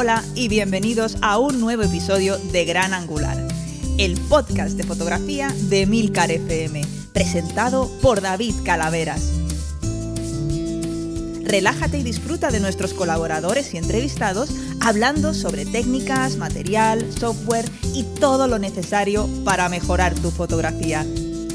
Hola y bienvenidos a un nuevo episodio de Gran Angular, el podcast de fotografía de Emilcar FM, presentado por David Calaveras. Relájate y disfruta de nuestros colaboradores y entrevistados hablando sobre técnicas, material, software y todo lo necesario para mejorar tu fotografía.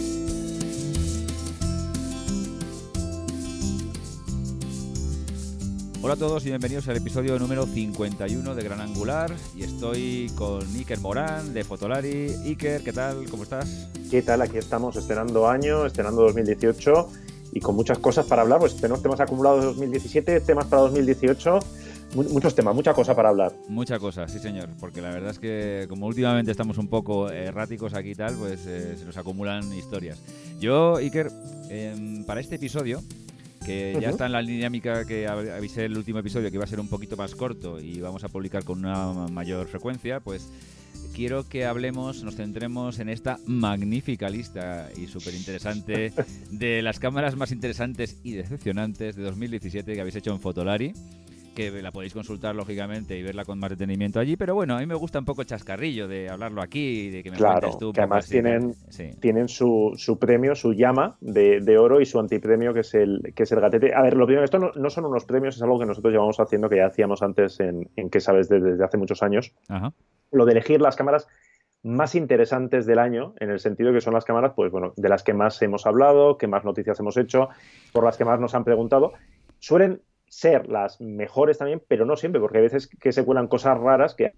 Hola a todos y bienvenidos al episodio número 51 de Gran Angular y estoy con Iker Morán de Fotolari. Iker, ¿qué tal? ¿Cómo estás? ¿Qué tal? Aquí estamos estrenando año, estrenando 2018 y con muchas cosas para hablar. Pues tenemos temas acumulados de 2017, temas para 2018, muchos temas, mucha cosa para hablar. Mucha cosa, sí señor, porque la verdad es que como últimamente estamos un poco erráticos aquí y tal, pues se nos acumulan historias. Yo, Iker, para este episodio, que ya está en la dinámica que avisé el último episodio, que iba a ser un poquito más corto y vamos a publicar con una mayor frecuencia, pues quiero que hablemos, nos centremos en esta magnífica lista y súper interesante de las cámaras más interesantes y decepcionantes de 2017 que habéis hecho en Fotolari, que la podéis consultar lógicamente y verla con más detenimiento allí, pero bueno, a mí me gusta un poco el chascarrillo de hablarlo aquí y de que me cuentes tú. Que además así, tienen su premio, su llama de oro y su antipremio que es el gatete. A ver, lo primero, esto no son unos premios, es algo que nosotros llevamos haciendo, que ya hacíamos antes en ¿Qué sabes? Desde hace muchos años. Ajá. Lo de elegir las cámaras más interesantes del año, en el sentido que son las cámaras, pues bueno, de las que más hemos hablado, que más noticias hemos hecho, por las que más nos han preguntado. Suelen ser las mejores también, pero no siempre, porque hay veces que se cuelan cosas raras que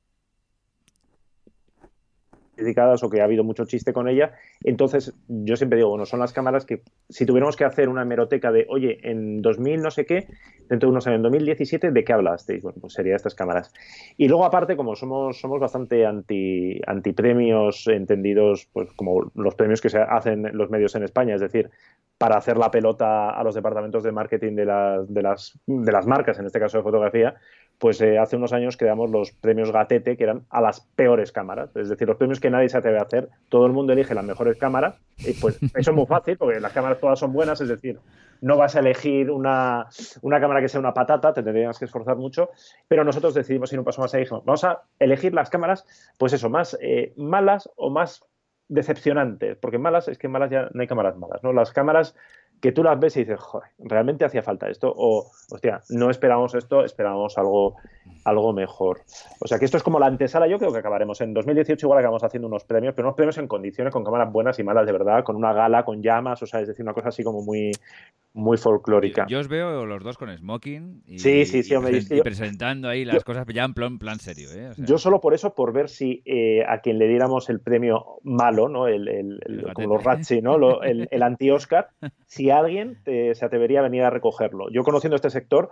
criticadas o que ha habido mucho chiste con ella. Entonces yo siempre digo, bueno, son las cámaras que si tuviéramos que hacer una hemeroteca de, oye, en 2000 no sé qué, dentro de unos años, en 2017, ¿de qué hablasteis? Bueno, pues sería estas cámaras. Y luego aparte, como somos bastante antipremios entendidos, pues como los premios que se hacen los medios en España, es decir, para hacer la pelota a los departamentos de marketing de las marcas, en este caso de fotografía, pues hace unos años creamos los premios Gatete, que eran a las peores cámaras. Es decir, los premios que nadie se atreve a hacer. Todo el mundo elige las mejores cámaras. Y pues eso es muy fácil, porque las cámaras todas son buenas. Es decir, no vas a elegir una cámara que sea una patata, te tendrías que esforzar mucho. Pero nosotros decidimos ir un paso más allá y dijimos, vamos a elegir las cámaras, pues eso, más malas o más decepcionantes. Porque malas, es que malas ya no hay cámaras malas, ¿no? Las cámaras que tú las ves y dices, joder, ¿realmente hacía falta esto? O, hostia, no esperábamos esto, esperábamos algo mejor. O sea que esto es como la antesala. Yo creo que acabaremos en 2018, igual acabamos haciendo unos premios, pero unos premios en condiciones, con cámaras buenas y malas de verdad, con una gala, con llamas, o sea, es decir, una cosa así como muy, muy folclórica. Yo os veo los dos con smoking y, sí, hombre, y presentando ahí las cosas ya en plan serio, ¿eh? O sea, yo solo por eso, por ver si a quien le diéramos el premio malo, ¿no? Como los Razzie, ¿no? El anti-Oscar, si alguien se atrevería a venir a recogerlo. Yo conociendo este sector,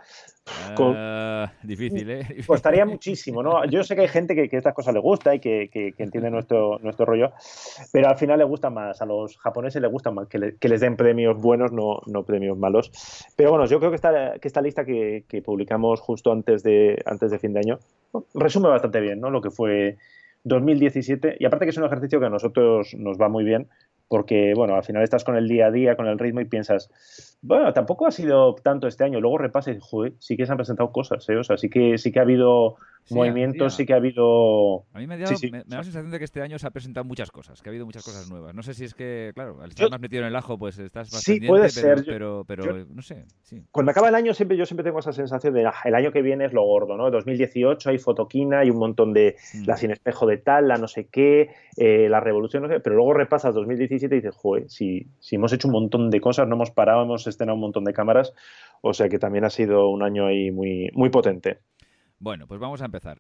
difícil, ¿eh? Costaría muchísimo, ¿no? Yo sé que hay gente que estas cosas le gusta y que entiende nuestro rollo, pero al final le gustan más, a los japoneses les gustan más que les den premios buenos, no premios malos. Pero bueno, yo creo que esta lista que publicamos justo antes de fin de año resume bastante bien, ¿no? Lo que fue 2017, y aparte que es un ejercicio que a nosotros nos va muy bien, porque, bueno, al final estás con el día a día, con el ritmo y piensas, bueno, tampoco ha sido tanto este año. Luego repasas y, joder, sí que se han presentado cosas, ¿eh? O sea, sí que ha habido movimientos, sí que ha habido... A mí me da la sensación de que este año se han presentado muchas cosas, que ha habido muchas cosas nuevas. No sé si es que, claro, al estar más metido en el ajo, pues estás más pendiente, puede ser. Pero no sé. Sí. Cuando acaba el año, yo siempre tengo esa sensación de el año que viene es lo gordo, ¿no? 2018 hay fotoquina, hay un montón de la sin espejo de tal, la no sé qué, la revolución, no sé, pero luego repasas 2017 y dices, joder, si hemos hecho un montón de cosas, no hemos parado, hemos estrenado un montón de cámaras, o sea que también ha sido un año ahí muy, muy potente. Bueno, pues vamos a empezar.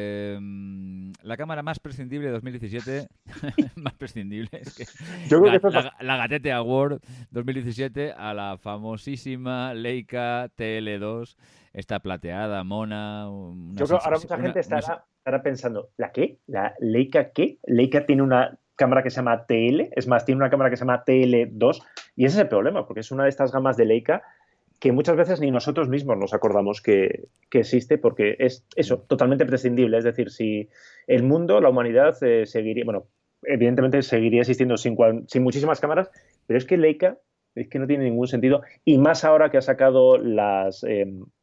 La cámara más prescindible de 2017, más prescindible, es que yo creo que la Gatete Award 2017 a la famosísima Leica TL2, esta plateada, mona. Yo creo que ahora mucha gente estará pensando, ¿la qué? ¿La Leica qué? Leica tiene una cámara que se llama TL, es más, tiene una cámara que se llama TL2, y ese es el problema, porque es una de estas gamas de Leica que muchas veces ni nosotros mismos nos acordamos que existe, porque es eso, totalmente prescindible. Es decir, si el mundo, la humanidad seguiría, bueno, evidentemente seguiría existiendo sin muchísimas cámaras, pero es que Leica es que no tiene ningún sentido, y más ahora que ha sacado las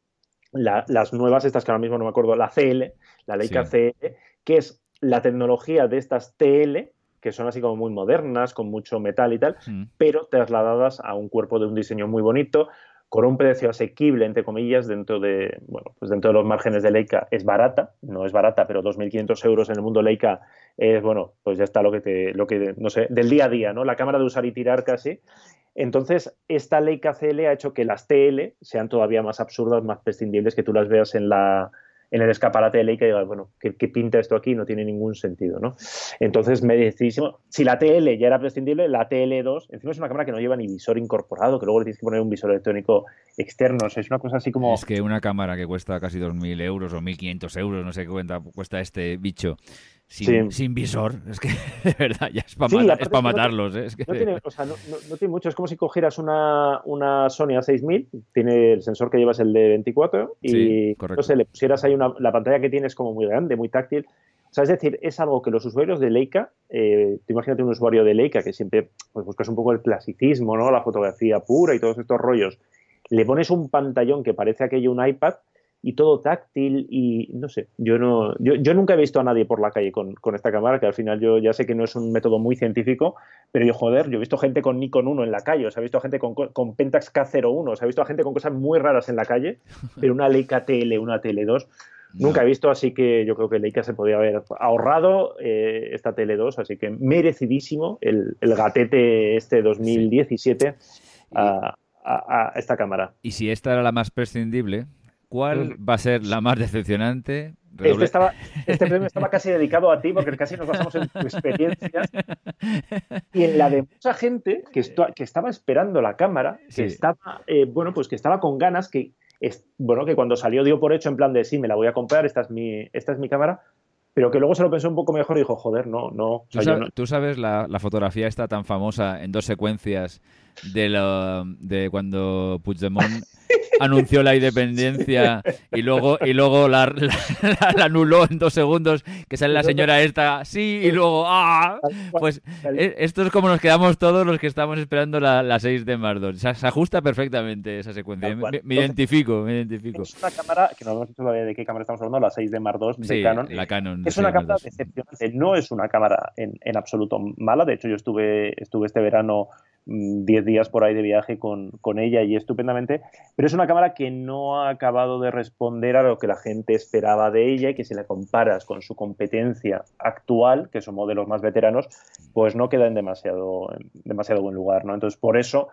las nuevas, estas que ahora mismo no me acuerdo, la CL, la Leica Sí. CL, que es la tecnología de estas TL, que son así como muy modernas, con mucho metal y tal, Mm. pero trasladadas a un cuerpo de un diseño muy bonito, con un precio asequible, entre comillas, dentro de, bueno, pues dentro de los márgenes de Leica. Es barata, no es barata, pero 2.500 euros en el mundo Leica es, bueno, pues ya está no sé, del día a día, ¿no? La cámara de usar y tirar casi. Entonces, esta Leica CL ha hecho que las TL sean todavía más absurdas, más prescindibles, que tú las veas en el escaparate de Leica y digas, bueno, ¿qué pinta esto aquí? No tiene ningún sentido, ¿no? Entonces, merecidísimo. Si la TL ya era prescindible, la TL2, encima es una cámara que no lleva ni visor incorporado, que luego le tienes que poner un visor electrónico externo. O sea, es una cosa así Es como... que una cámara que cuesta casi 2.000 euros o 1.500 euros, no sé qué cuesta este bicho, sin, Sí, sin visor, es que de verdad ya es para sí, es aparte pa es que matarlos, ¿eh? Es que no tiene, o sea, no tiene mucho. Es como si cogieras una Sony A6000, tiene el sensor que llevas el de 24 Sí, y, no correcto. sé, le pusieras ahí la pantalla que tienes como muy grande, muy táctil. O sea, es decir, es algo que los usuarios de Leica, tú imagínate un usuario de Leica que siempre pues, buscas un poco el clasicismo, ¿no? La fotografía pura y todos estos rollos. Le pones un pantallón que parece aquello un iPad y todo táctil y no sé, yo nunca he visto a nadie por la calle con esta cámara, que al final yo ya sé que no es un método muy científico, pero yo, joder, yo he visto gente con Nikon 1 en la calle, o sea, he visto gente con Pentax K01, o sea, he visto a gente con cosas muy raras en la calle, pero una Leica TL, una TL2, nunca No. he visto, así que yo creo que Leica se podría haber ahorrado esta TL2, así que merecidísimo el gatete este Sí. 2017 Y, a esta cámara. y si esta era la más prescindible, ¿cuál va a ser la más decepcionante? Este, Redoble. estaba, este premio estaba casi dedicado a ti porque casi nos basamos en tu experiencia y en la de mucha gente que estaba esperando la cámara, que Sí. estaba, bueno, pues que estaba con ganas, bueno, que cuando salió dio por hecho en plan de sí, me la voy a comprar, esta es mi cámara, pero que luego se lo pensó un poco mejor y dijo, joder, no, o sea, yo no. Tú sabes la fotografía esta tan famosa en dos secuencias de cuando Puigdemont anunció la independencia y luego la anuló en 2 segundos, que sale la señora esta, sí, y luego, ¡ah! Tal cual, Pues tal esto es como nos quedamos todos los que estamos esperando la 6 de Mark II. Se ajusta perfectamente esa secuencia. tal cual. Me Entonces, identifico, me identifico. es una cámara, que no hemos dicho todavía de qué cámara estamos hablando, la 6 de Mark II de Sí, Canon. la Canon de Es 6 una Mark cámara II. decepcionante, no es una cámara en absoluto mala. De hecho, yo estuve este verano 10 días por ahí de viaje con ella y estupendamente, pero es una cámara que no ha acabado de responder a lo que la gente esperaba de ella y que si la comparas con su competencia actual, que son modelos más veteranos, pues no queda en demasiado buen lugar, ¿no? Entonces, por eso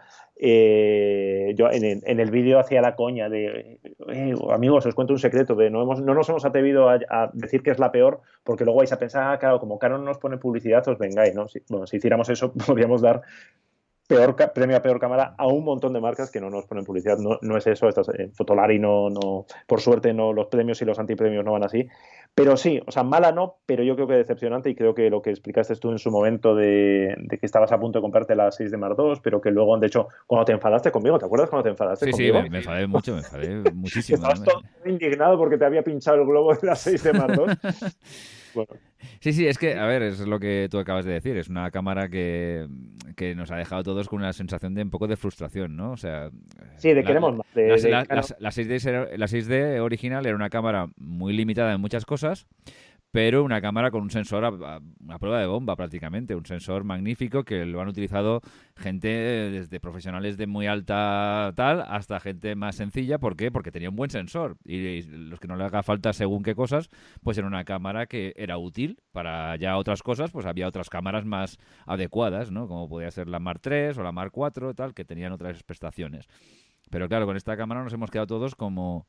yo en el vídeo hacía la coña de amigos, os cuento un secreto, no nos hemos atrevido a decir que es la peor, porque luego vais a pensar, claro, como Canon nos pone publicidad, os vengáis, ¿no? Bueno, si hiciéramos eso, podríamos dar premio a peor cámara a un montón de marcas que no nos ponen publicidad. No es eso, Fotolari por suerte no, los premios y los antipremios no van así. Pero sí, o sea, mala no, pero yo creo que decepcionante y creo que lo que explicaste tú en su momento de que estabas a punto de comprarte la 6 de Mark II, pero que luego, de hecho, cuando te enfadaste conmigo, ¿te acuerdas cuando te enfadaste Sí, sí, conmigo? me enfadé mucho, me enfadé Que muchísimo, estabas además. todo indignado porque te había pinchado el globo de la 6 de Mark II. Bueno, Sí, sí, es que, a ver, es lo que tú acabas de decir. Es una cámara que nos ha dejado todos con una sensación de un poco de frustración, ¿no? O sea, sí, de queremos más. la 6D, la 6D original era una cámara muy limitada en muchas cosas, pero una cámara con un sensor a prueba de bomba prácticamente, un sensor magnífico que lo han utilizado gente desde profesionales de muy alta tal hasta gente más sencilla. ¿Por qué? Porque tenía un buen sensor y los que no le haga falta según qué cosas, pues era una cámara que era útil para ya otras cosas, pues había otras cámaras más adecuadas, ¿no? Como podía ser la Mark III o la Mark IV, tal, que tenían otras prestaciones. Pero claro, con esta cámara nos hemos quedado todos como...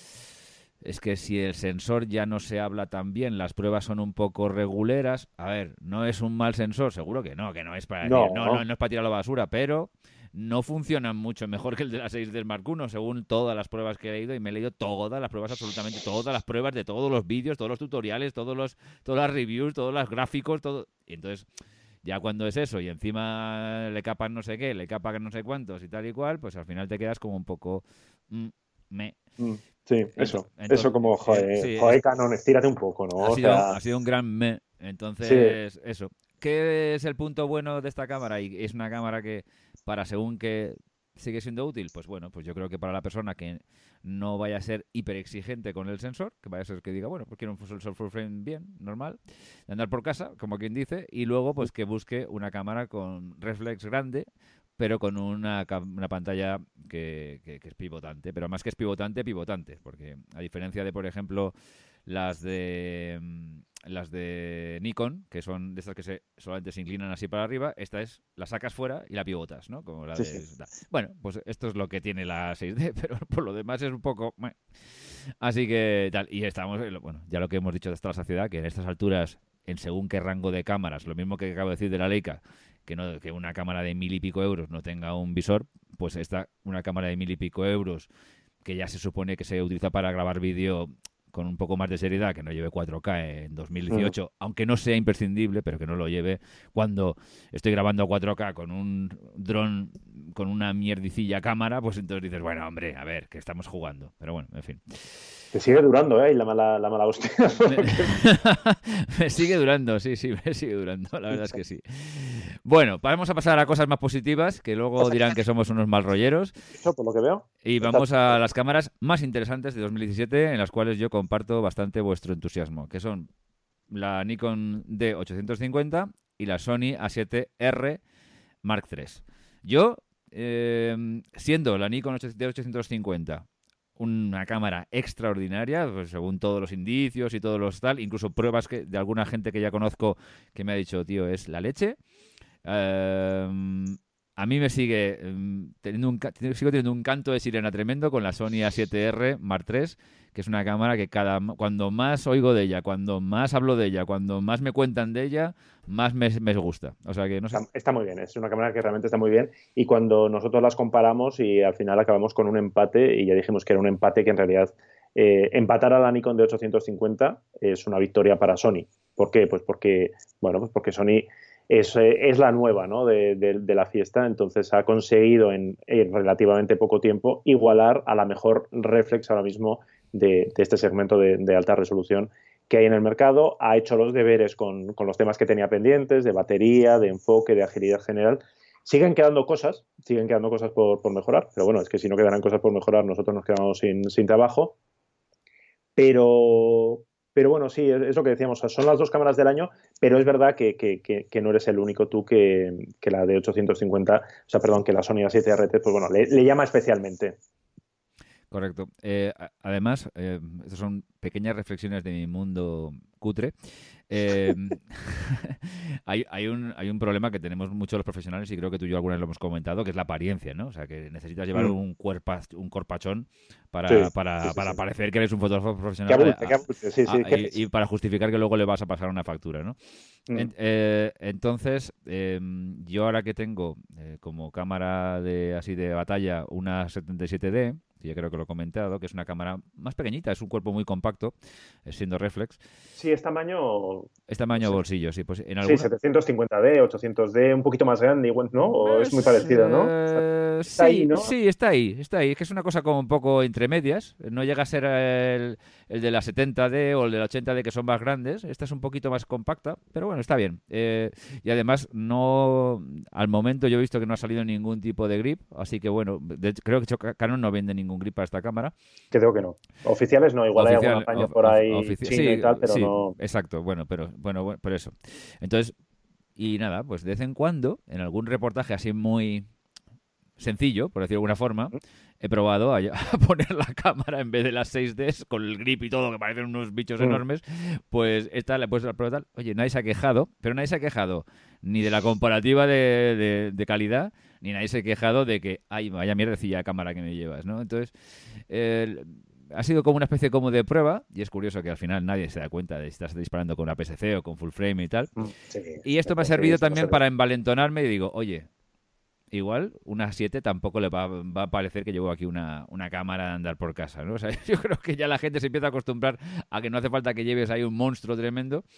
Es que si el sensor ya no se habla tan bien, las pruebas son un poco reguleras. A ver, no es un mal sensor, seguro que no es para decir, no es para tirar a la basura, pero no funcionan mucho mejor que el de la 6D Mark I, según todas las pruebas que he leído, y me he leído todas las pruebas, absolutamente todas las pruebas de todos los vídeos, todos los tutoriales, todas las reviews, todos los gráficos, todo. Y entonces, ya cuando es eso, y encima le capan no sé qué, le capan no sé cuántos y tal y cual, pues al final te quedas como un poco... me. Sí, eso. Eso Entonces, como, sí, joder, Canon, estírate un poco, ¿no? O sea, ha sido un gran me. sí, Entonces, eso. ¿Qué es el punto bueno de esta cámara? Y es una cámara que, para según que sigue siendo útil. Pues bueno, pues yo creo que para la persona que no vaya a ser hiper exigente con el sensor, que vaya a ser que diga, bueno, pues quiero un sensor full frame bien, normal, de andar por casa, como quien dice, y luego pues que busque una cámara con reflex grande, pero con una pantalla que es pivotante, pero más que es pivotante, porque a diferencia de, por ejemplo, las de Nikon, que son de estas que solamente se inclinan así para arriba, esta la sacas fuera y la pivotas, ¿no? Como la Sí, de... sí. Bueno, pues esto es lo que tiene la 6D, pero por lo demás es un poco... Así que tal, y estamos, bueno, ya lo que hemos dicho hasta la saciedad, que en estas alturas, en según qué rango de cámaras, lo mismo que acabo de decir de la Leica, que una cámara de 1.000 y pico euros no tenga un visor, pues una cámara de 1.000 y pico euros, que ya se supone que se utiliza para grabar vídeo con un poco más de seriedad, que no lleve 4K en 2018, aunque no sea imprescindible, pero que no lo lleve cuando estoy grabando a 4K con un dron, con una mierdicilla cámara, pues entonces dices, bueno, hombre, a ver, que estamos jugando. Pero bueno, en fin. Te sigue durando, ¿eh? Y la mala hostia. Me sigue durando, sí, me sigue durando, la verdad es que sí. Bueno, vamos a pasar a cosas más positivas, que luego dirán que somos unos mal rolleros. Eso, por lo que veo. Y vamos a las cámaras más interesantes de 2017, en las cuales yo comparto bastante vuestro entusiasmo, que son la Nikon D850 y la Sony A7R Mark III. Yo, siendo la Nikon D850 una cámara extraordinaria, pues según todos los indicios y todos los tal, incluso pruebas de alguna gente que ya conozco que me ha dicho, tío, es la leche. A mí me sigue sigo teniendo un canto de sirena tremendo con la Sony A7R Mark III, que es una cámara que cuando más oigo de ella, cuando más hablo de ella, cuando más me cuentan de ella, más me gusta. O sea que no sé. Está muy bien, es una cámara que realmente está muy bien, y cuando nosotros las comparamos y al final acabamos con un empate, y ya dijimos que era un empate que en realidad empatar a la Nikon de 850 es una victoria para Sony. ¿Por qué? Pues porque Sony es la nueva, ¿no? de la fiesta, entonces ha conseguido en relativamente poco tiempo igualar a la mejor reflex ahora mismo de este segmento de alta resolución que hay en el mercado. Ha hecho los deberes con los temas que tenía pendientes, de batería, de enfoque, de agilidad general. Siguen quedando cosas por mejorar, pero bueno, es que si no quedaran cosas por mejorar, nosotros nos quedamos sin trabajo. Pero bueno, sí, es lo que decíamos, son las dos cámaras del año, pero es verdad que no eres el único tú que la de 850, que la Sony A7R, pues bueno, le llama especialmente. Correcto. Además, estas son pequeñas reflexiones de mi mundo cutre. Hay un problema que tenemos muchos los profesionales, y creo que tú y yo alguna vez lo hemos comentado, que es la apariencia, ¿no? O sea, que necesitas llevar un corpachón para parecer que eres un fotógrafo profesional. Que abulte, y para justificar que luego le vas a pasar una factura, ¿no? Entonces, yo ahora que tengo como cámara así de batalla una 77D, que ya creo que lo he comentado, que es una cámara más pequeñita, es un cuerpo muy compacto, siendo reflex. Sí, es tamaño... Es tamaño bolsillo, sí. Pues en Sí, 750D, 800D, un poquito más grande, ¿no? ¿O es muy parecido, no? Está ahí, ¿no? Sí, está ahí. Es que es una cosa como un poco entre medias. No llega a ser el de la 70D o el de la 80D, que son más grandes. Esta es un poquito más compacta, pero bueno, está bien. Y además, al momento yo he visto que no ha salido ningún tipo de grip, así que bueno, creo que Canon no vende ningún grip para esta cámara. Creo que no. Oficiales no, igual hay algún apaño por ahí chino y tal, pero sí, no... Exacto, pero por eso. Entonces, y nada, pues de vez en cuando, en algún reportaje así muy sencillo, por decirlo de alguna forma, he probado a poner la cámara en vez de las 6Ds con el grip y todo, que parecen unos bichos enormes, pues esta le he puesto la prueba tal. Oye, nadie se ha quejado, pero nadie se ha quejado ni de la comparativa de calidad, ni nadie se ha quejado de que, ay, vaya mierdecilla de cámara que me llevas, ¿no? Entonces, ha sido como una especie como de prueba, y es curioso que al final nadie se da cuenta de si estás disparando con una PSC o con full frame y tal. Sí, y esto me ha servido también para envalentonarme y digo, oye, igual una 7 tampoco le va a parecer que llevo aquí una cámara de andar por casa, ¿no? O sea, yo creo que ya la gente se empieza a acostumbrar a que no hace falta que lleves ahí un monstruo tremendo.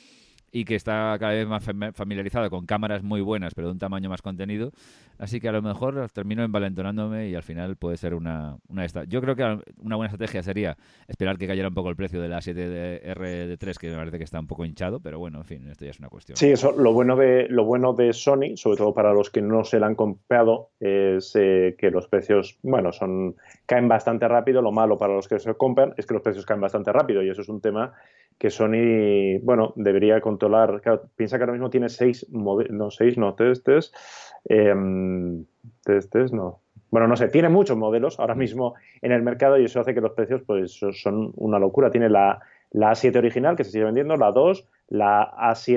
y que está cada vez más familiarizado con cámaras muy buenas, pero de un tamaño más contenido. Así que a lo mejor termino envalentonándome y al final puede ser una de estas. Yo creo que una buena estrategia sería esperar que cayera un poco el precio de la 7R3, que me parece que está un poco hinchado, pero bueno, en fin, esto ya es una cuestión. Sí, eso, lo bueno de Sony, sobre todo para los que no se la han comprado, es que los precios, bueno, caen bastante rápido. Lo malo para los que se compran es que los precios caen bastante rápido, y eso es un tema que Sony, bueno, debería controlar. Claro, piensa que ahora mismo tiene 6 modelos, no 6, no, testes, no. Bueno, no sé, tiene muchos modelos ahora mismo en el mercado, y eso hace que los precios pues son una locura. Tiene la A7 original, que se sigue vendiendo, la 2, la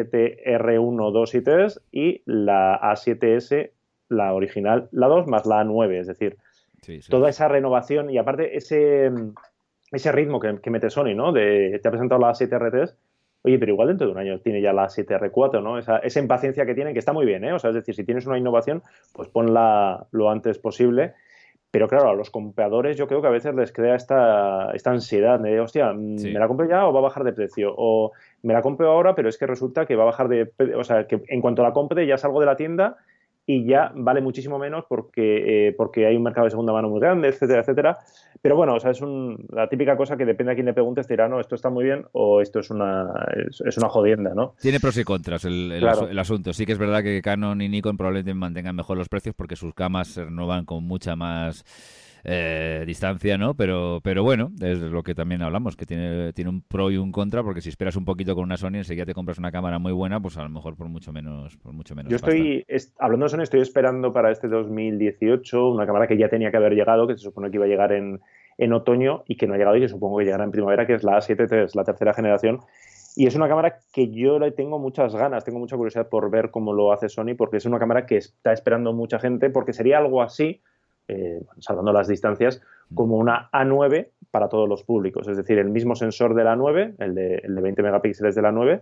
A7R1, 2 y 3, y la A7S, la original, la 2, más la A9, es decir, toda esa renovación, y aparte ese ritmo que mete Sony, ¿no? Te ha presentado la A7R3, oye, pero igual dentro de un año tiene ya la A7R4, ¿no? Esa impaciencia que tienen, que está muy bien, ¿eh? O sea, es decir, si tienes una innovación, pues ponla lo antes posible. Pero claro, a los compradores yo creo que a veces les crea esta ansiedad de, hostia, ¿me la compro ya o va a bajar de precio? O me la compro ahora, pero es que resulta que va a bajar de precio. O sea, que en cuanto la compre ya salgo de la tienda y ya vale muchísimo menos porque hay un mercado de segunda mano muy grande, etcétera, etcétera. Pero bueno, o sea, es la típica cosa que depende a quién le preguntes, te dirá, no, esto está muy bien o esto es una jodienda, ¿no? Tiene pros y contras Claro. el asunto. Sí que es verdad que Canon y Nikon probablemente mantengan mejor los precios porque sus camas se renovan con mucha más distancia, ¿no? Pero bueno, es lo que también hablamos, que tiene un pro y un contra, porque si esperas un poquito con una Sony, enseguida te compras una cámara muy buena, pues a lo mejor por mucho menos Yo hablando de Sony, estoy esperando para este 2018 una cámara que ya tenía que haber llegado, que se supone que iba a llegar en otoño y que no ha llegado, y que supongo que llegará en primavera, que es la A7 III, la tercera generación. Y es una cámara que yo le tengo muchas ganas, tengo mucha curiosidad por ver cómo lo hace Sony, porque es una cámara que está esperando mucha gente, porque sería algo así, salvando las distancias, como una A9 para todos los públicos. Es decir, el mismo sensor de la A9, el de 20 megapíxeles de la A9,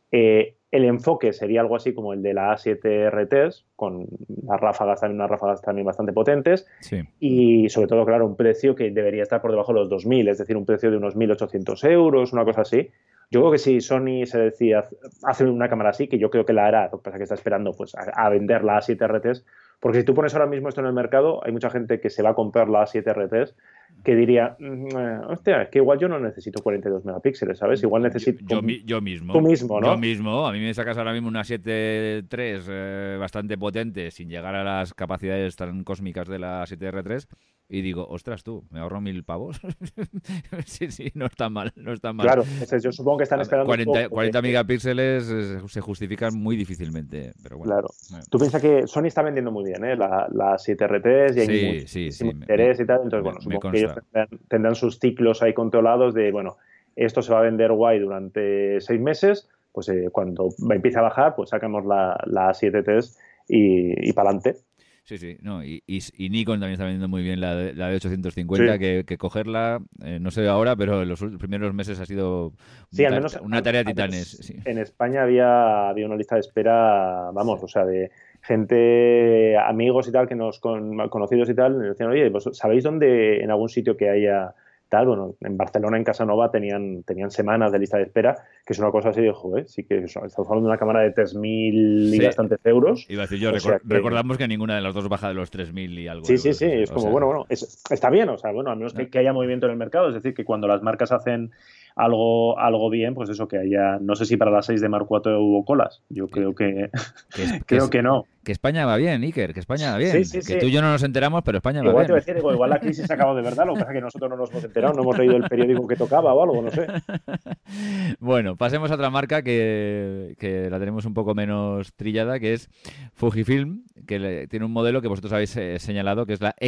el enfoque sería algo así como el de la A7R3, con unas ráfagas también bastante potentes, sí. Y sobre todo, claro, un precio que debería estar por debajo de los 2.000, es decir, un precio de unos 1.800 euros, una cosa así. Yo creo que si Sony se decía hacer una cámara así, que yo creo que la hará, lo que pasa es que está esperando pues, a vender la A7R3, porque si tú pones ahora mismo esto en el mercado, hay mucha gente que se va a comprar la A7R3 que diría, hostia, es que igual yo no necesito 42 megapíxeles, ¿sabes? Igual necesito... Yo mismo. Tú mismo, ¿no? Yo mismo. A mí me sacas ahora mismo una 7.3 bastante potente, sin llegar a las capacidades tan cósmicas de la 7R3, y digo, ostras tú, me ahorro 1.000 pavos. sí, no está mal, no está mal. Claro, entonces yo supongo que están esperando... 40 megapíxeles se justifican muy difícilmente, pero bueno. Claro. Tú piensas que Sony está vendiendo muy bien, ¿eh? La 7R3, y hay muchísimo interés y tal, entonces, bueno, supongo que ellos tendrán sus ciclos ahí controlados de, bueno, esto se va a vender guay durante 6 meses, pues cuando empiece a bajar, pues sacamos la 7R3 y para adelante. Sí, no, y Nikon también está vendiendo muy bien la de 850, sí. que cogerla, no sé ahora, pero en los primeros meses ha sido una tarea de titanes. Sí. En España había una lista de espera, vamos, o sea, de gente, amigos y tal, que conocidos y tal, nos decían, oye, ¿vos sabéis dónde, en algún sitio que haya tal? Bueno, en Barcelona, en Casanova, tenían semanas de lista de espera, que es una cosa así de, joder, sí que estamos hablando de una cámara de 3.000 y bastantes euros. Iba a decir yo, recordamos que ninguna de las dos baja de los 3.000 y algo. Sí, es como, bueno, está bien, o sea, bueno, a menos que haya movimiento en el mercado, es decir, que cuando las marcas hacen algo bien, pues eso, que haya, no sé si para las 6 de Mark IV hubo colas, yo creo que no. Que España va bien, Iker, que España va bien. Sí. Tú y yo no nos enteramos, pero España va bien. Igual te voy a decir, igual la crisis se ha acabado de verdad, lo que pasa es que nosotros no nos hemos enterado, no hemos leído el periódico que tocaba o algo, no sé. Bueno, pasemos a otra marca que la tenemos un poco menos trillada, que es Fujifilm, que tiene un modelo que vosotros habéis señalado, que es la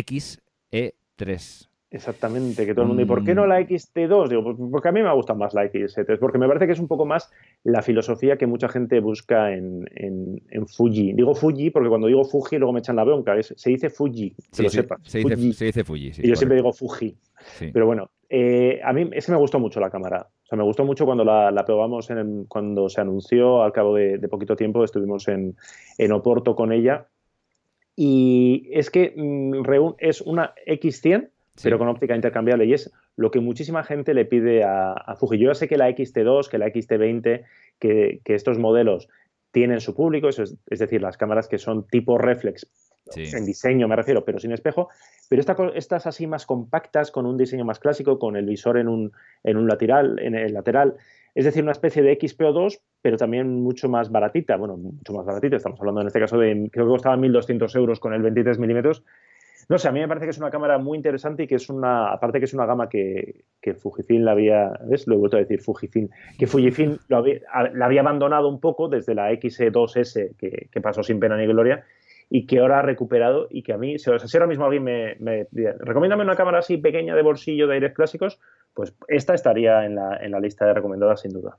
XE3. Exactamente, que todo el mundo... ¿Y por qué no la XT2? Digo, pues porque a mí me gusta más la XT3, porque me parece que es un poco más la filosofía que mucha gente busca en Fuji. Digo Fuji porque cuando digo Fuji luego me echan la bronca. Se dice Fuji, que lo sepas. Se dice Fuji, sí. Y yo siempre digo Fuji. Sí. Pero bueno, a mí me gustó mucho la cámara. O sea, me gustó mucho cuando la probamos cuando se anunció, al cabo de poquito tiempo estuvimos en Oporto con ella. Y es que es una X100, pero con óptica intercambiable, y es lo que muchísima gente le pide a Fuji. Yo ya sé que la X-T2, que la X-T20, que estos modelos tienen su público, es decir, las cámaras que son tipo reflex, Sí. en diseño me refiero, pero sin espejo, pero estas así más compactas, con un diseño más clásico, con el visor en un lateral, en el lateral, es decir, una especie de XPO2, pero también mucho más baratita, bueno, mucho más baratita, estamos hablando en este caso de, creo que costaba 1.200 euros con el 23 milímetros. No sé, a mí me parece que es una cámara muy interesante y que es aparte que es una gama que Fujifilm la había, ¿ves? Lo he vuelto a decir, Fujifilm, que Fujifilm la había abandonado un poco desde la X2S, que pasó sin pena ni gloria, y que ahora ha recuperado y que a mí, si ahora mismo alguien me recomiéndame una cámara así pequeña de bolsillo de aires clásicos, pues esta estaría en la lista de recomendadas sin duda.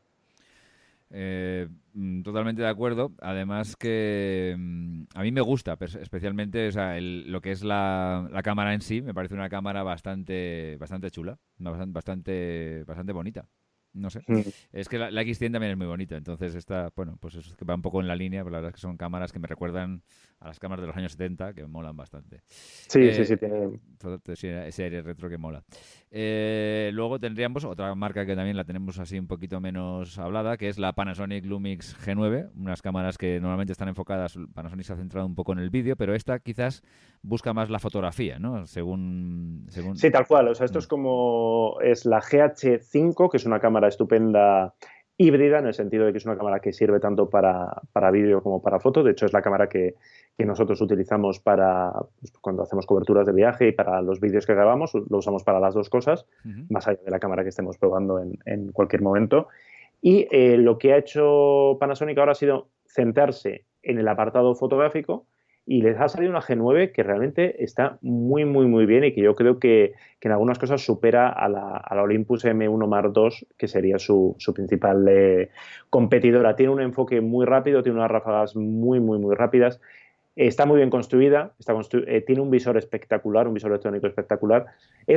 Totalmente de acuerdo. Además que a mí me gusta especialmente, o sea, lo que es la cámara en sí. Me parece una cámara bastante chula, bastante bonita. No sé. Es que la X100 también es muy bonita. Entonces bueno, pues es que va un poco en la línea. Pero la verdad es que son cámaras que me recuerdan a las cámaras de los años 70 que molan bastante. Sí, sí, tiene ese aire retro que mola. Luego tendríamos otra marca que también la tenemos así un poquito menos hablada, que es la Panasonic Lumix G9, unas cámaras que normalmente están enfocadas, Panasonic se ha centrado un poco en el vídeo, pero esta quizás busca más la fotografía, ¿no? Según... Sí, tal cual, o sea, esto es la GH5, que es una cámara estupenda híbrida, en el sentido de que es una cámara que sirve tanto para vídeo como para foto. De hecho, es la cámara que nosotros utilizamos cuando hacemos coberturas de viaje y para los vídeos que grabamos, lo usamos para las dos cosas, más allá de la cámara que estemos probando en cualquier momento. Y lo que ha hecho Panasonic ahora ha sido centrarse en el apartado fotográfico y les ha salido una G9 que realmente está muy, muy, muy bien y que yo creo que en algunas cosas supera a la Olympus M1 Mark II, que sería su principal competidora. Tiene un enfoque muy rápido, tiene unas ráfagas muy, muy, muy rápidas. Está muy bien construida, tiene un visor espectacular, un visor electrónico espectacular.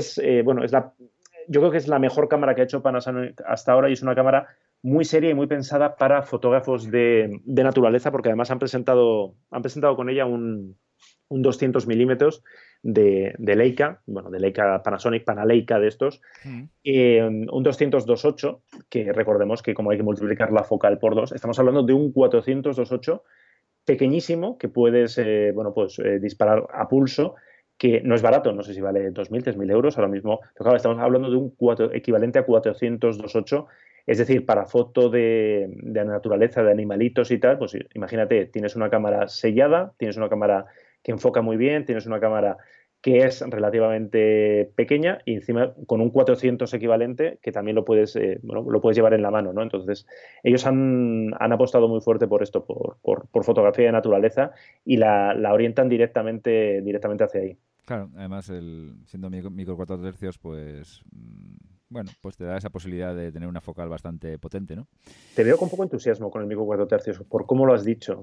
Yo creo que es la mejor cámara que ha hecho Panasonic hasta ahora y es una cámara muy seria y muy pensada para fotógrafos de naturaleza, porque además han presentado con ella un 200 milímetros de Leica, bueno, de Leica Panasonic, Panaleica de estos, un 200-2.8, que recordemos que como hay que multiplicar la focal por 2, estamos hablando de un 400-2.8 pequeñísimo que puedes disparar a pulso, que no es barato, no sé si vale 2.000, 3.000 euros ahora mismo, pero claro, estamos hablando de un equivalente a 400-2.8, es decir, para foto de naturaleza, de animalitos y tal, pues imagínate, tienes una cámara sellada, tienes una cámara que enfoca muy bien, tienes una cámara que es relativamente pequeña y encima con un 400 equivalente que también lo puedes llevar en la mano, ¿no? Entonces, ellos han apostado muy fuerte por esto, por fotografía de naturaleza y la orientan directamente hacia ahí. Claro, además, siendo micro 4 tercios, pues... Bueno, pues te da esa posibilidad de tener una focal bastante potente, ¿no? Te veo con poco entusiasmo con el micro 4 tercios, por cómo lo has dicho.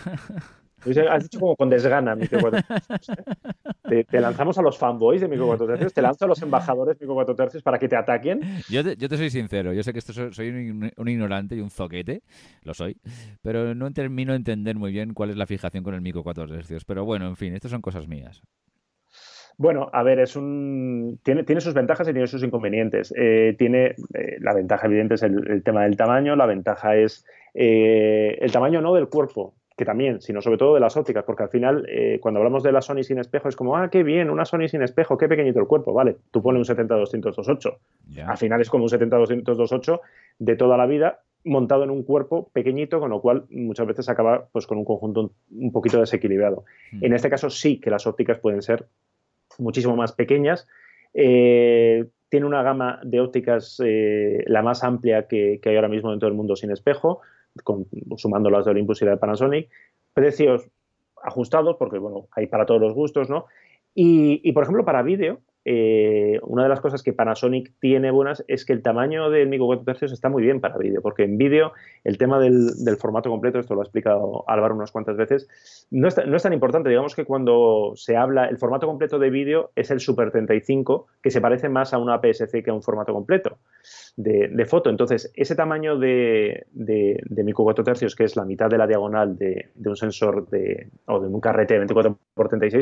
Has dicho como con desgana, micro 4 tercios. Te lanzamos a los fanboys de micro 4 tercios, te lanzo a los embajadores de micro 4 tercios para que te ataquen. Yo te soy sincero, yo sé que soy un ignorante y un zoquete, lo soy, pero no termino de entender muy bien cuál es la fijación con el micro 4 tercios. Pero bueno, en fin, estas son cosas mías. Bueno, a ver, tiene sus ventajas y tiene sus inconvenientes. La ventaja evidente es el tema del tamaño, la ventaja es el tamaño no del cuerpo, que también, sino sobre todo de las ópticas, porque al final cuando hablamos de la Sony sin espejo es como, qué bien, una Sony sin espejo, qué pequeñito el cuerpo, vale, tú pones un 70-200-2.8, al final es como un 70-200-2.8 de toda la vida, montado en un cuerpo pequeñito, con lo cual muchas veces acaba pues con un conjunto un poquito desequilibrado. En este caso sí que las ópticas pueden ser muchísimo más pequeñas. Tiene una gama de ópticas la más amplia que hay ahora mismo en todo el mundo sin espejo, sumando las de Olympus y la de Panasonic. Precios ajustados, porque bueno, hay para todos los gustos, ¿no? Y por ejemplo, para vídeo, una de las cosas que Panasonic tiene buenas es que el tamaño del micro 4 tercios está muy bien para vídeo, porque en vídeo el tema del formato completo, esto lo ha explicado Álvaro unas cuantas veces, no es tan importante. Digamos que cuando se habla, el formato completo de vídeo es el Super 35, que se parece más a una APS-C que a un formato completo de foto. Entonces, ese tamaño de micro 4 tercios, que es la mitad de la diagonal de un sensor o de un carrete de 24x36,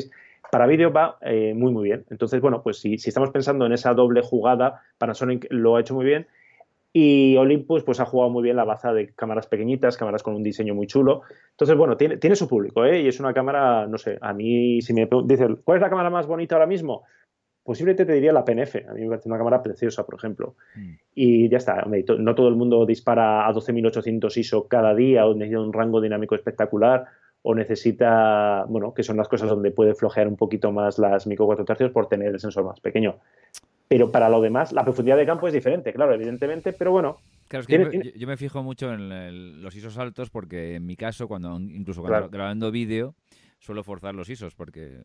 Para vídeo va muy, muy bien. Entonces, bueno, pues si estamos pensando en esa doble jugada, Panasonic lo ha hecho muy bien. Y Olympus pues ha jugado muy bien la baza de cámaras pequeñitas, cámaras con un diseño muy chulo. Entonces, bueno, tiene su público, ¿eh? Y es una cámara, no sé, a mí si me dicen, ¿cuál es la cámara más bonita ahora mismo? Posiblemente te diría la PNF. A mí me parece una cámara preciosa, por ejemplo. Y ya está. Hombre, no todo el mundo dispara a 12.800 ISO cada día o necesita un rango dinámico espectacular o necesita, bueno, que son las cosas donde puede flojear un poquito más las micro 4 tercios por tener el sensor más pequeño. Pero para lo demás, la profundidad de campo es diferente, claro, evidentemente, pero bueno. Claro, es que yo me fijo mucho en los ISOs altos porque en mi caso, incluso cuando grabando vídeo, suelo forzar los ISOs porque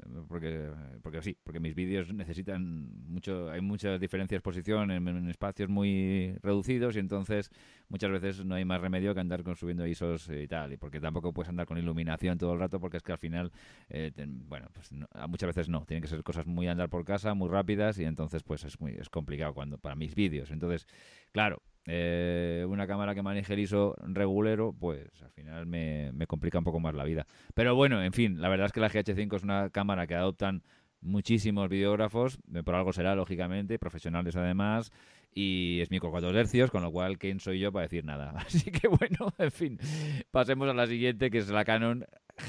sí, porque mis vídeos necesitan mucho, hay muchas diferencias de exposición en espacios muy reducidos y entonces muchas veces no hay más remedio que andar subiendo ISOs y tal, y porque tampoco puedes andar con iluminación todo el rato porque es que al final, pues muchas veces no, tienen que ser cosas muy andar por casa, muy rápidas y entonces pues es complicado para mis vídeos. Entonces, claro, una cámara que maneje el ISO regulero, pues al final me complica un poco más la vida. Pero bueno, en fin, la verdad es que la GH5 es una cámara que adoptan muchísimos videógrafos, por algo será, lógicamente, profesionales además, y es micro 4 tercios, con lo cual, ¿quién soy yo para decir nada? Así que bueno, en fin, pasemos a la siguiente, que es la Canon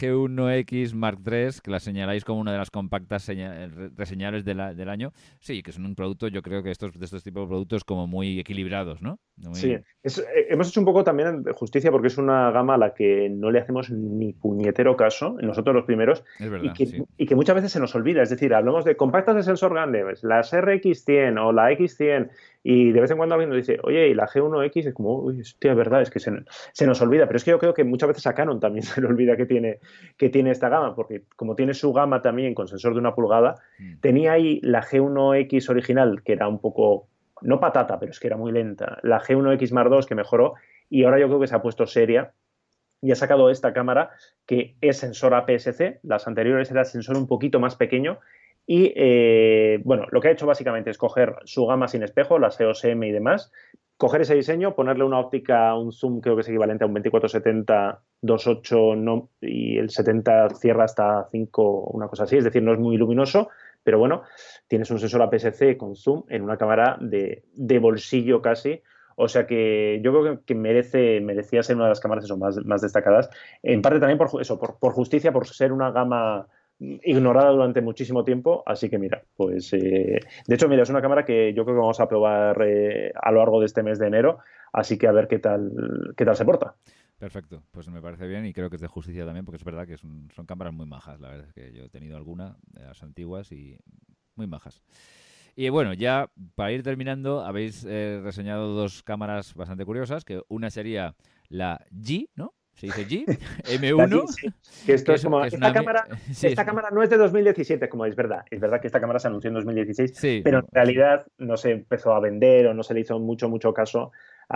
G1X Mark III, que la señaláis como una de las compactas reseñables del año. Sí, que son un producto, yo creo que de estos tipos de productos como muy equilibrados, ¿no? Sí, hemos hecho un poco también de justicia porque es una gama a la que no le hacemos ni puñetero caso, nosotros los primeros, es verdad, y que muchas veces se nos olvida. Es decir, hablamos de compactas de sensor grande, las RX100 o la X100, y de vez en cuando alguien nos dice, oye, y la G1X, es como, uy, hostia, es verdad, es que se nos olvida. Pero es que yo creo que muchas veces a Canon también se le olvida que tiene esta gama, porque como tiene su gama también con sensor de 1 pulgada, tenía ahí la G1X original, que era un poco, no patata, pero es que era muy lenta, la G1X Mark II, que mejoró, y ahora yo creo que se ha puesto seria y ha sacado esta cámara que es sensor APS-C. Las anteriores era sensor un poquito más pequeño. Y bueno, lo que ha hecho básicamente es coger su gama sin espejo, las EOS M y demás, coger ese diseño, ponerle una óptica, un zoom creo que es equivalente a un 24-70, 2.8 no, y el 70 cierra hasta 5, una cosa así, es decir, no es muy luminoso, pero bueno, tienes un sensor APS-C con zoom en una cámara de bolsillo casi. O sea que yo creo que merecía ser una de las cámaras más destacadas, en parte también por justicia, por ser una gama ignorada durante muchísimo tiempo, así que mira, pues de hecho, mira, es una cámara que yo creo que vamos a probar a lo largo de este mes de enero, así que a ver qué tal se porta. Perfecto, pues me parece bien y creo que es de justicia también, porque es verdad que son cámaras muy majas, la verdad es que yo he tenido alguna de las antiguas y muy majas. Y bueno, ya para ir terminando, habéis reseñado dos cámaras bastante curiosas, que una sería la G, ¿no? Se dice G, M1. Sí. Que esto es como, esta cámara no es de 2017, como es verdad que esta cámara se anunció en 2016, sí, pero en realidad no se empezó a vender o no se le hizo mucho caso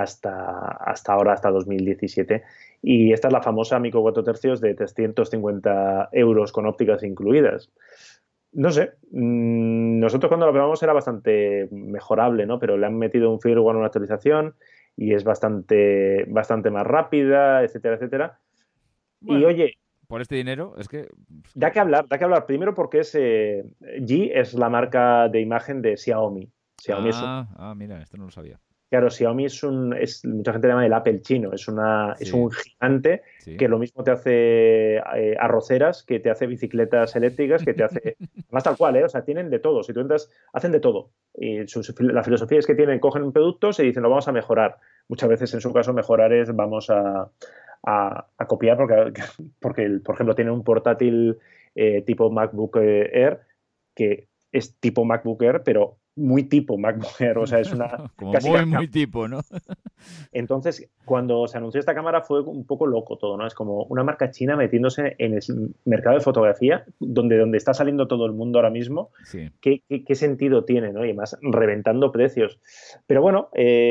hasta ahora, hasta 2017. Y esta es la famosa micro 4 tercios de 350 euros con ópticas incluidas. No sé, nosotros cuando lo probamos era bastante mejorable, ¿no? Pero le han metido un firmware, una actualización y es bastante más rápida, etcétera, etcétera. Bueno, y oye, por este dinero es que... Da que hablar. Primero porque G es la marca de imagen de Xiaomi. Mira, esto no lo sabía. Claro, Xiaomi mucha gente le llama el Apple chino, es un gigante que lo mismo te hace arroceras, que te hace bicicletas eléctricas, que te hace, más tal cual, o sea, tienen de todo, si tú entras, hacen de todo. Y la filosofía es que cogen productos y dicen, lo vamos a mejorar. Muchas veces en su caso mejorar es vamos a copiar porque por ejemplo, tienen un portátil tipo MacBook Air que es tipo MacBook Air, pero muy tipo MacBook Air, o sea, es una... Como muy tipo, ¿no? Entonces, cuando se anunció esta cámara fue un poco loco todo, ¿no? Es como una marca china metiéndose en el mercado de fotografía, donde está saliendo todo el mundo ahora mismo. Sí. ¿Qué sentido tiene, ¿no? Y además, reventando precios. Pero bueno,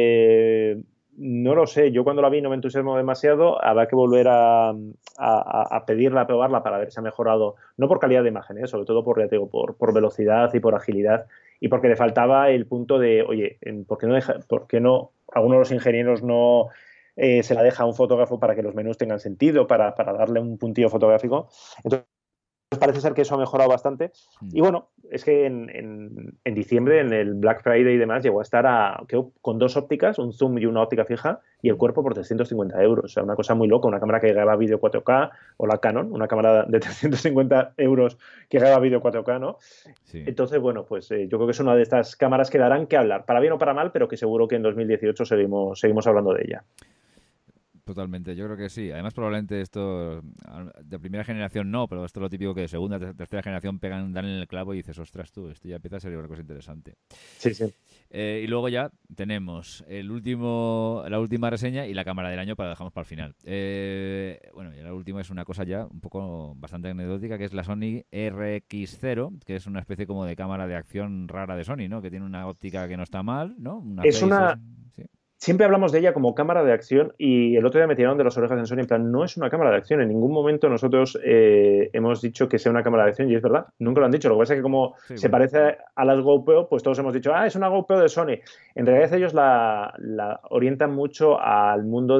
no lo sé, yo cuando la vi no me entusiasmo demasiado, habrá que volver a pedirla, a probarla para ver si ha mejorado, no por calidad de imagen, sobre todo por velocidad y por agilidad, y porque le faltaba el punto de, oye, ¿por qué no algunos de los ingenieros no se la deja a un fotógrafo para que los menús tengan sentido, para darle un puntillo fotográfico? Entonces, parece ser que eso ha mejorado bastante. Y bueno, es que en diciembre, en el Black Friday y demás, llegó a estar con 2 ópticas, un zoom y una óptica fija, y el cuerpo por 350 euros. O sea, una cosa muy loca, una cámara que graba vídeo 4K, o la Canon, una cámara de 350 euros que graba vídeo 4K, ¿no? Sí. Entonces, bueno, pues yo creo que es una de estas cámaras que darán que hablar, para bien o para mal, pero que seguro que en 2018 seguimos hablando de ella. Totalmente, yo creo que sí. Además, probablemente esto de primera generación no, pero esto es lo típico que de segunda, tercera generación dan en el clavo y dices, ostras tú, esto ya empieza a ser una cosa interesante. Sí, sí. Y luego ya tenemos la última reseña y la cámara del año, dejamos para el final. Bueno, y la última es una cosa ya un poco bastante anecdótica, que es la Sony RX0, que es una especie como de cámara de acción rara de Sony, ¿no? Que tiene una óptica que no está mal, ¿no? Sí. Siempre hablamos de ella como cámara de acción y el otro día me tiraron de las orejas en Sony en plan, no es una cámara de acción, en ningún momento nosotros hemos dicho que sea una cámara de acción y es verdad, nunca lo han dicho, lo que pasa es que como se parece a las GoPro, pues todos hemos dicho, es una GoPro de Sony. En realidad ellos la orientan mucho al mundo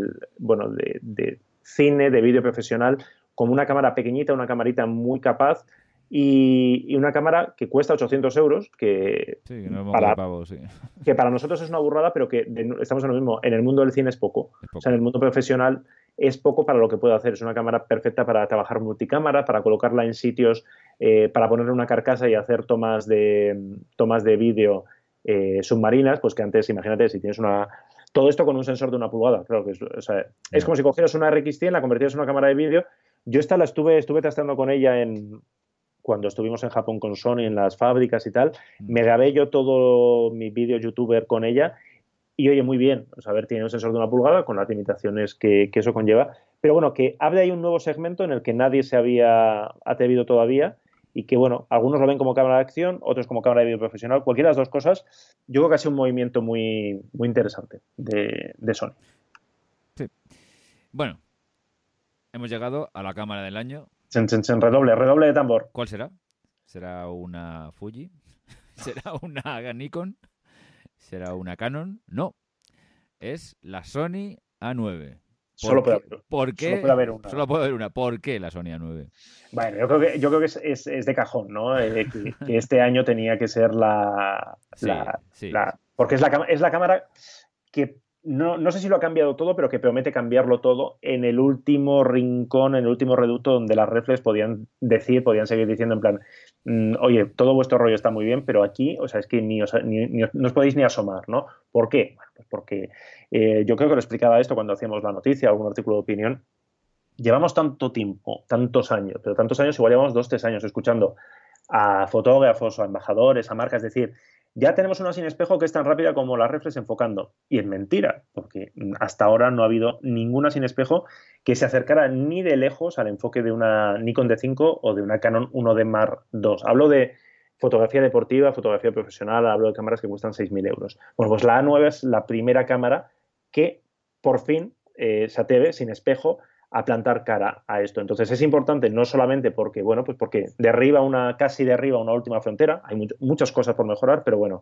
de cine, de vídeo profesional, como una cámara pequeñita, una camarita muy capaz y una cámara que cuesta 800 euros, que para nosotros es una burrada, pero que estamos en lo mismo. En el mundo del cine es poco. O sea, en el mundo profesional es poco para lo que puede hacer. Es una cámara perfecta para trabajar multicámara, para colocarla en sitios, para ponerle una carcasa y hacer tomas de vídeo submarinas, pues que antes, imagínate, si tienes todo esto con un sensor de 1 pulgada. Claro que es como si cogieras una RX100, la convertieras en una cámara de vídeo. Yo esta la estuve testeando con ella cuando estuvimos en Japón con Sony en las fábricas y tal, me grabé yo todo mi vídeo youtuber con ella y oye, muy bien. O sea, a ver, tiene un sensor de 1 pulgada con las limitaciones que eso conlleva, pero bueno, que abre ahí un nuevo segmento en el que nadie se había atrevido todavía y que, bueno, algunos lo ven como cámara de acción, otros como cámara de vídeo profesional, cualquiera de las dos cosas, yo creo que ha sido un movimiento muy, muy interesante de Sony. Sí. Bueno, hemos llegado a la cámara del año. Redoble de tambor. ¿Cuál será? ¿Será una Fuji? ¿Será una Nikon? ¿Será una Canon? No. Es la Sony A9. Solo puede haber una. Solo puede haber una. ¿Por qué la Sony A9? Bueno, yo creo que es de cajón, ¿no? Que este año tenía que ser porque es la cámara que no sé si lo ha cambiado todo, pero que promete cambiarlo todo en el último rincón, en el último reducto donde las reflex podían seguir diciendo en plan, oye, todo vuestro rollo está muy bien, pero aquí, o sea, es que no os podéis ni asomar, ¿no? ¿Por qué? Bueno, pues porque yo creo que lo explicaba esto cuando hacíamos la noticia, algún artículo de opinión. Llevamos tanto tiempo, tantos años, pero tantos años, igual llevamos 2-3 años escuchando a fotógrafos o a embajadores, a marcas decir, ya tenemos una sin espejo que es tan rápida como la reflex enfocando. Y es mentira, porque hasta ahora no ha habido ninguna sin espejo que se acercara ni de lejos al enfoque de una Nikon D5 o de una Canon 1D Mark II. Hablo de fotografía deportiva, fotografía profesional, hablo de cámaras que cuestan 6.000 euros. Bueno, pues la A9 es la primera cámara que por fin se atreve sin espejo a plantar cara a esto. Entonces es importante no solamente porque, bueno, pues porque casi derriba una última frontera, hay muchas cosas por mejorar, pero bueno,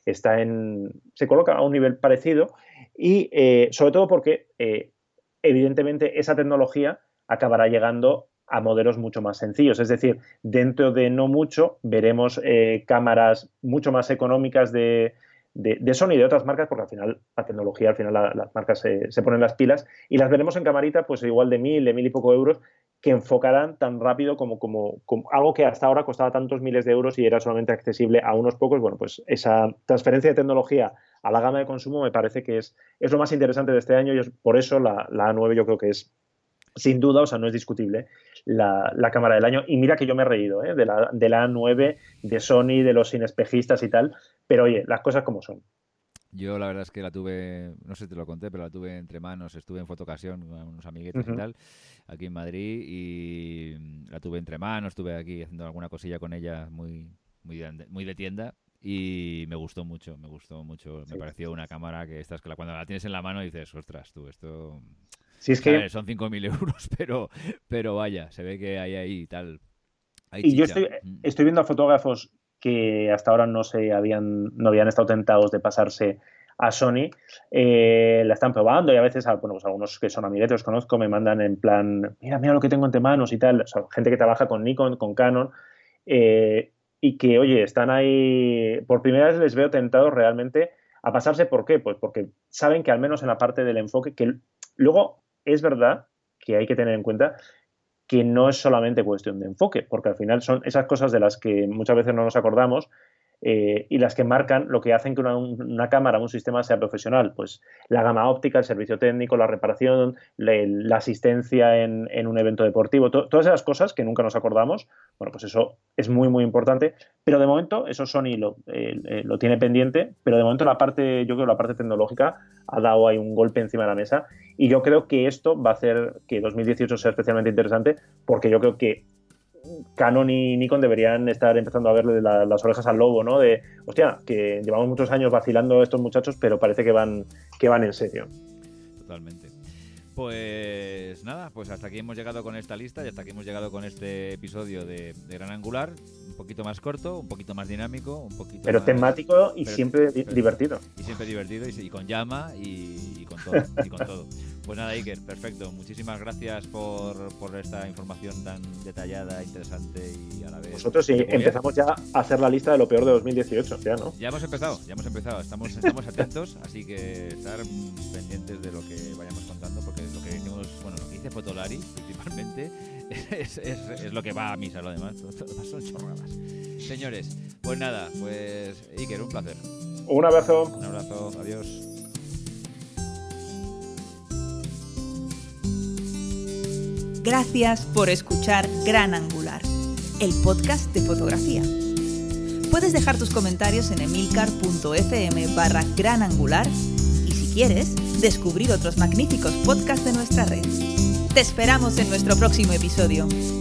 se coloca a un nivel parecido y sobre todo porque evidentemente esa tecnología acabará llegando a modelos mucho más sencillos, es decir, dentro de no mucho veremos cámaras mucho más económicas de Sony y de otras marcas, porque al final la tecnología, las marcas se ponen las pilas y las veremos en camarita pues igual de 1.000 y poco euros, que enfocarán tan rápido como algo que hasta ahora costaba tantos miles de euros y era solamente accesible a unos pocos. Bueno, pues esa transferencia de tecnología a la gama de consumo me parece que es lo más interesante de este año y por eso la A9 yo creo que es sin duda, o sea, no es discutible, la cámara del año. Y mira que yo me he reído de la A9, de Sony, de los sinespejistas y tal, pero oye, las cosas como son. Yo la verdad es que la tuve, no sé si te lo conté, pero la tuve entre manos, estuve en Fotocasión con unos amiguetes y tal, aquí en Madrid, y la tuve entre manos, estuve aquí haciendo alguna cosilla con ella muy de tienda. Y me gustó mucho. Sí. Me pareció una cámara que cuando la tienes en la mano dices, ostras, tú, esto... Sí, es que... Son 5.000 euros, pero vaya, se ve que hay ahí tal. Y yo estoy viendo a fotógrafos que hasta ahora no habían estado tentados de pasarse a Sony, la están probando y a veces, bueno, pues algunos que son amiguetes, los conozco, me mandan en plan, mira lo que tengo entre manos y tal. O sea, gente que trabaja con Nikon, con Canon, y que, oye, están ahí, por primera vez les veo tentados realmente a pasarse. ¿Por qué? Pues porque saben que al menos en la parte del enfoque, que luego es verdad que hay que tener en cuenta que no es solamente cuestión de enfoque, porque al final son esas cosas de las que muchas veces no nos acordamos, y las que marcan lo que hacen que una cámara, un sistema sea profesional. Pues la gama óptica, el servicio técnico, la reparación, la asistencia en un evento deportivo, todas esas cosas que nunca nos acordamos. Bueno, pues eso es muy, muy importante, pero de momento eso Sony lo tiene pendiente, pero de momento yo creo que la parte tecnológica ha dado ahí un golpe encima de la mesa, y yo creo que esto va a hacer que 2018 sea especialmente interesante, porque yo creo que Canon y Nikon deberían estar empezando a verle las orejas al lobo, ¿no? De, hostia, que llevamos muchos años vacilando estos muchachos, pero parece que van en serio. Totalmente. Pues nada, pues hasta aquí hemos llegado con esta lista y hasta aquí hemos llegado con este episodio de Gran Angular. Un poquito más corto, un poquito más dinámico, un poquito pero más temático y siempre divertido. Y siempre divertido y con llama y con todo. Y con todo. Pues nada, Iker, perfecto. Muchísimas gracias por esta información tan detallada, interesante y a la vez... Nosotros sí, empezamos ya a hacer la lista de lo peor de 2018, ya, ¿no? Ya hemos empezado. Estamos atentos, así que estar pendientes de lo que vayamos contando, porque lo que decimos, bueno, lo que dice Fotolari principalmente es lo que va a misa, lo demás son chorradas. Señores, pues nada, pues Iker, un placer. Un abrazo. Un abrazo, adiós. Gracias por escuchar Gran Angular, el podcast de fotografía. Puedes dejar tus comentarios en emilcar.fm/granangular y si quieres, descubrir otros magníficos podcasts de nuestra red. Te esperamos en nuestro próximo episodio.